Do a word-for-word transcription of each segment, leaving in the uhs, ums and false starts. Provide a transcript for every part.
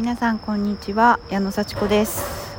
皆さんこんにちは、矢野幸子です、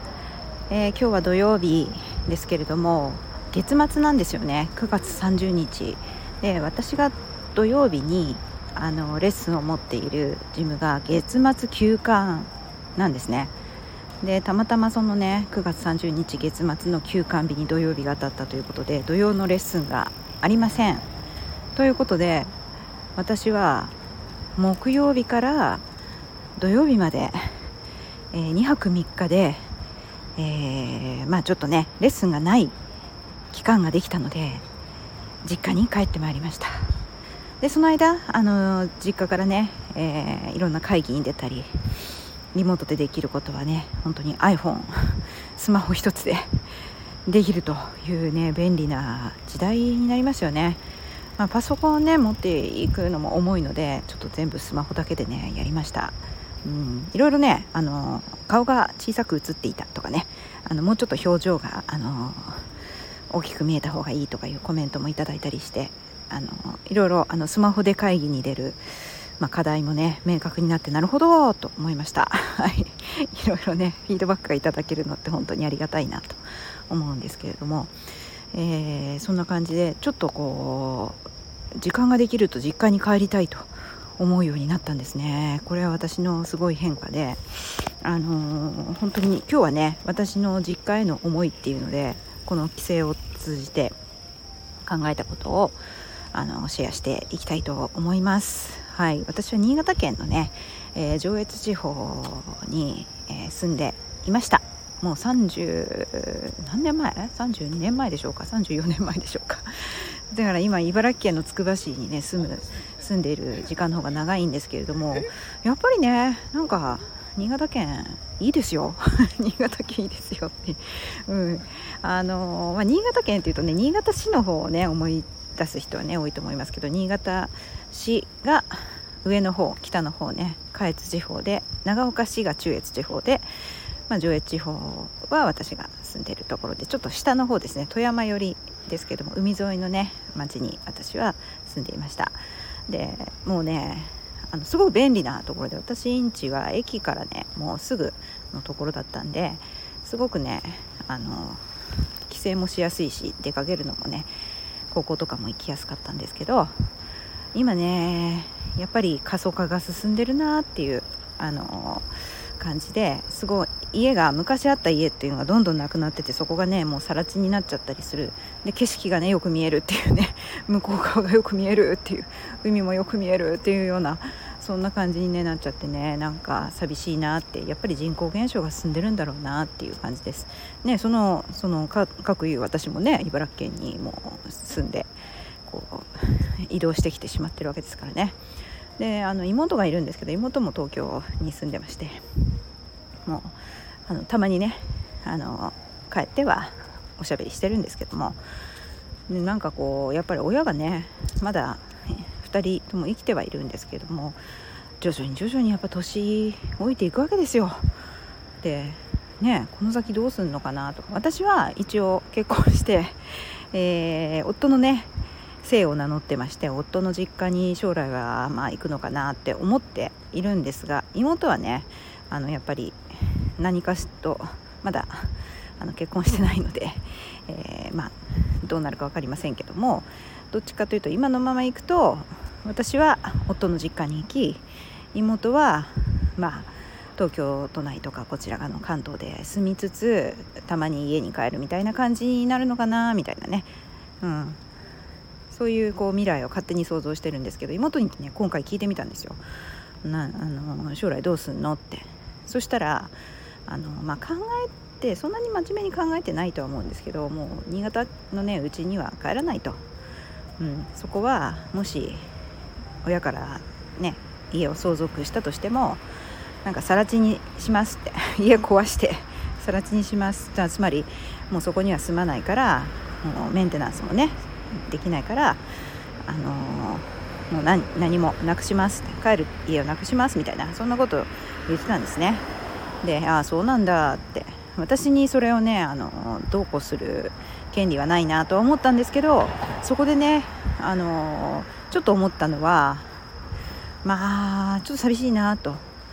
えー、今日は土曜日ですけれども、月末なんですよね。くがつさんじゅうにちで、私が土曜日にあのレッスンを持っているジムが月末休館なんですね。でたまたまそのねくがつさんじゅうにち月末の休館日に土曜日が当たったということで、土曜のレッスンがありません。ということで、私は木曜日から土曜日まで、えー、にはくみっかで、えー、まあちょっとねレッスンがない期間ができたので、実家に帰ってまいりました。でその間あの実家からね、えー、いろんな会議に出たり、リモートでできることはね、本当に iPhone スマホ一つでできるというね、便利な時代になりますよね。まあ、パソコンをね持っていくのも重いので、ちょっと全部スマホだけでねやりました。うん、いろいろね、あの顔が小さく映っていたとかね、あのもうちょっと表情があの大きく見えた方がいいとかいうコメントもいただいたりして、あのいろいろあのスマホで会議に出る、まあ、課題もね明確になって、なるほどと思いました。はい、いろいろねフィードバックがいただけるのって本当にありがたいなと思うんですけれども、えー、そんな感じでちょっとこう時間ができると実家に帰りたいと思うようになったんですね。これは私のすごい変化で、あのー、本当に今日はね私の実家への思いっていうので、この帰省を通じて考えたことをあのシェアしていきたいと思います。はい、私は新潟県のね、えー、上越地方に、えー、住んでいました。もうさんじゅう何年前さんじゅうにねんまえでしょうか、さんじゅうよねんまえでしょうか。だから今茨城県のつくば市にね住む住んでいる時間の方が長いんですけれども、やっぱりねなんか新潟県いいですよ新潟県いいですよって、うんあのまあ、新潟県っていうとね、新潟市の方をね思い出す人はね多いと思いますけど、新潟市が上の方、北の方ね下越地方で、長岡市が中越地方で、まあ、上越地方は私が住んでいるところで、ちょっと下の方ですね、富山寄りですけども、海沿いのね町に私は住んでいました。でもうねあのすごく便利なところで、私ん家は駅からねもうすぐのところだったんで、すごくねあの帰省もしやすいし、出かけるのもね高校とかも行きやすかったんですけど、今ねやっぱり過疎化が進んでるなっていうあの感じで、すごい家が、昔あった家っていうのがどんどんなくなってて、そこがねもう更地になっちゃったりする。で景色がねよく見えるっていうね向こう側がよく見えるっていう、海もよく見えるっていうような、そんな感じに、ね、なっちゃってね、なんか寂しいなって、やっぱり人口減少が進んでるんだろうなっていう感じですね。そのそのか各いう私もね茨城県にもう住んでこう移動してきてしまってるわけですからね。であの妹がいるんですけど、妹も東京に住んでまして、もうあのたまにねあの帰ってはおしゃべりしてるんですけども、なんかこうやっぱり親がねまだふたりとも生きてはいるんですけども、徐々に徐々にやっぱ年老いていくわけですよ。でね、この先どうするのかなとか、私は一応結婚して、えー、夫のね姓を名乗ってまして、夫の実家に将来はまあ行くのかなって思っているんですが、妹はねあのやっぱり何かしとまだあの結婚してないので、えー、まあどうなるか分かりませんけども、どっちかというと今のまま行くと、私は夫の実家に行き、妹はまあ東京都内とかこちら側の関東で住みつつ、たまに家に帰るみたいな感じになるのかなみたいなね、うん、そういうこう未来を勝手に想像してるんですけど、妹にね今回聞いてみたんですよ。なあの将来どうすんのって。そしたらあの、まあ、考えてそんなに真面目に考えてないとは思うんですけど、もう新潟のねうちには帰らないと、うん、そこはもし親からね家を相続したとしても、なんか更地にしますって家壊して更地にします、つまりもうそこには住まないから、もうメンテナンスもねできないから、あのー、もう 何, 何もなくしますって、帰る家をなくしますみたいな、そんなことを言ってたんですね。で、ああそうなんだって、私にそれをねあのどうこうする権利はないなとは思ったんですけど、そこでねあのちょっと思ったのは、まあちょっと寂しいなと。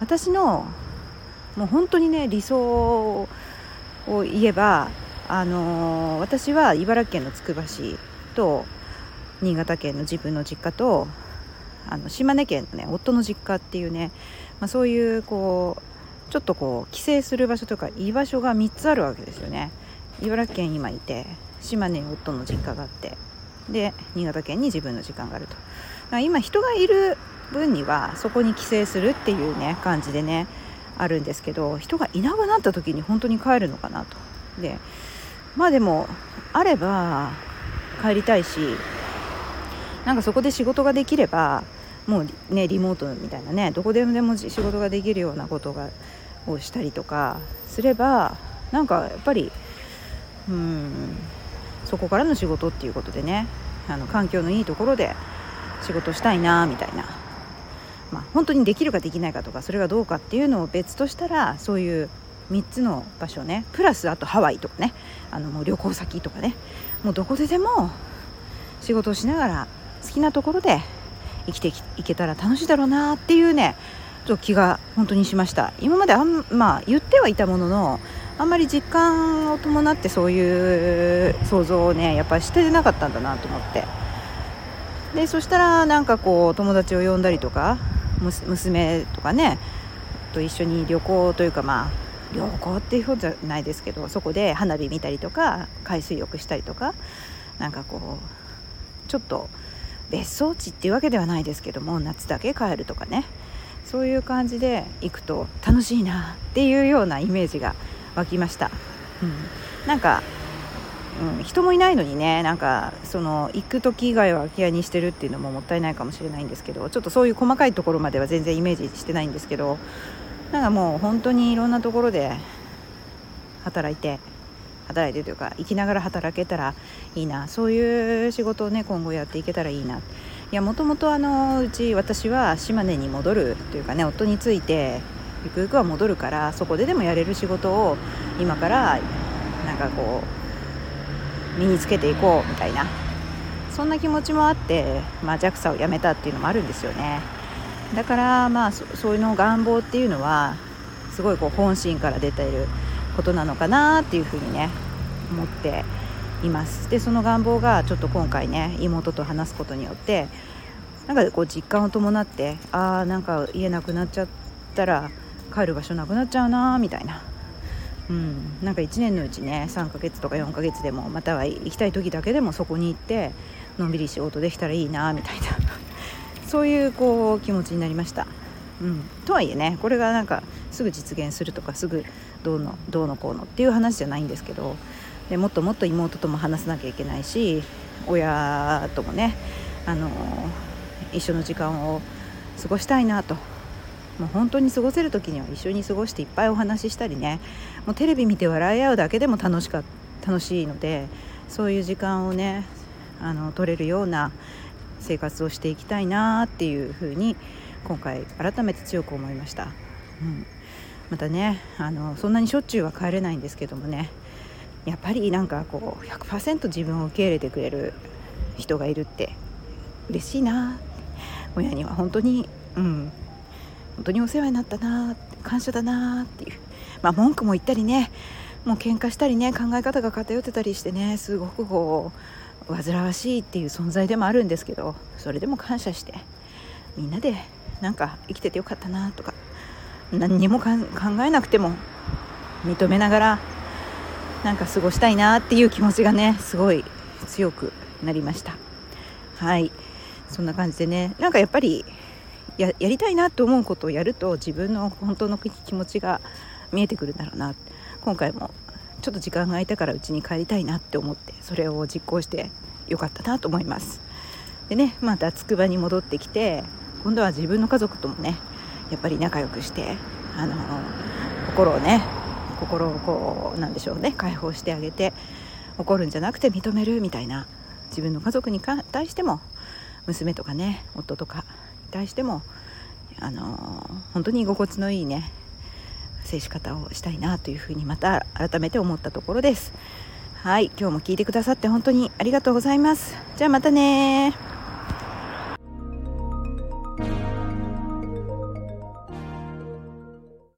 私のもう本当にね理想を言えば、あのー、私は茨城県のつくば市と新潟県の自分の実家とあの島根県のね夫の実家っていうね、まあ、そういうこうちょっとこう帰省する場所とか居場所がみっつあるわけですよね。茨城県今いて、島根に夫の実家があって、で新潟県に自分の時間があると。だから今人がいる分にはそこに帰省するっていうね感じでねあるんですけど、人がいなくなった時に本当に帰るのかなと。でまあでもあれば帰りたいし、なんかそこで仕事ができればもうねリモートみたいなね、どこでも仕事ができるようなことがをしたりとかすれば、なんかやっぱりうーんそこからの仕事っていうことでね、あの環境のいいところで仕事したいなみたいな、まあ本当にできるかできないかとかそれがどうかっていうのを別としたら、そういうみっつの場所ね、プラスあとハワイとかね、あのもう旅行先とかね、もうどこででも仕事をしながら好きなところで生きていけたら楽しいだろうなっていうね、ちょっと気が本当にしました。今まであん、まあ、言ってはいたものの、あんまり実感を伴ってそういう想像をねやっぱりしてなかったんだなと思って、でそしたらなんかこう友達を呼んだりとか、娘とかねと一緒に旅行というか、まあ旅行っていうことじゃないですけど、そこで花火見たりとか海水浴したりとか、なんかこうちょっと別荘地っていうわけではないですけども、夏だけ帰るとかね、そういう感じで行くと楽しいなっていうようなイメージが湧きました。うん、なんか、うん、人もいないのにね、なんかその行く時以外は空き家にしてるっていうのももったいないかもしれないんですけど、ちょっとそういう細かいところまでは全然イメージしてないんですけど、なんかもう本当にいろんなところで働いて働いてというか生きながら働けたらいいな、そういう仕事をね今後やっていけたらいいな。いやもともとあのうち私は島根に戻るというかね、夫についてゆくゆくは戻るから、そこででもやれる仕事を今からなんかこう身につけていこうみたいな、そんな気持ちもあって、まあ、ジャクサ を辞めたっていうのもあるんですよね。だからまあ そ, そういうの願望っていうのはすごいこう本心から出ていることなのかなっていうふうにね思っています。でその願望がちょっと今回ね妹と話すことによってなんかこう実感を伴って、ああなんか家なくなっちゃったら帰る場所なくなっちゃうなみたいな、うん、なんかいちねんのうちねさんかげつとかよんかげつでも、または行きたい時だけでもそこに行ってのんびり仕事できたらいいなみたいなそういうこう気持ちになりました。うん、とはいえね、これがなんかすぐ実現するとかすぐどうのどうのこうのっていう話じゃないんですけど、でもっともっと妹とも話さなきゃいけないし、親ともね、あのー、一緒の時間を過ごしたいなと。もう本当に過ごせる時には一緒に過ごしていっぱいお話ししたりね、もうテレビ見て笑い合うだけでも楽しか楽しいので、そういう時間をねあの取れるような生活をしていきたいなっていうふうに今回改めて強く思いました。うん、またねあのそんなにしょっちゅうは帰れないんですけどもね、やっぱりなんかこう ひゃくパーセント 自分を受け入れてくれる人がいるって嬉しいな。親には本当に、うん、本当にお世話になったな、感謝だなっていう、まあ文句も言ったりね、もう喧嘩したりね、考え方が偏ってたりしてね、すごくこう煩わしいっていう存在でもあるんですけど、それでも感謝してみんなでなんか生きててよかったなとか、何にもかん考えなくても認めながらなんか過ごしたいなっていう気持ちがねすごい強くなりました。はい、そんな感じでね、なんかやっぱり や, やりたいなと思うことをやると自分の本当の気持ちが見えてくるんだろうな。今回もちょっと時間が空いたから家に帰りたいなって思って、それを実行してよかったなと思います。でね、またつくばに戻ってきて、今度は自分の家族ともねやっぱり仲良くして、あの心をね心をこうなんでしょうね解放してあげて、怒るんじゃなくて認めるみたいな、自分の家族に対しても娘とかね夫とかに対してもあの本当に居心地のいいね接し方をしたいなというふうにまた改めて思ったところです。はい、今日も聞いてくださって本当にありがとうございます。じゃあまたね。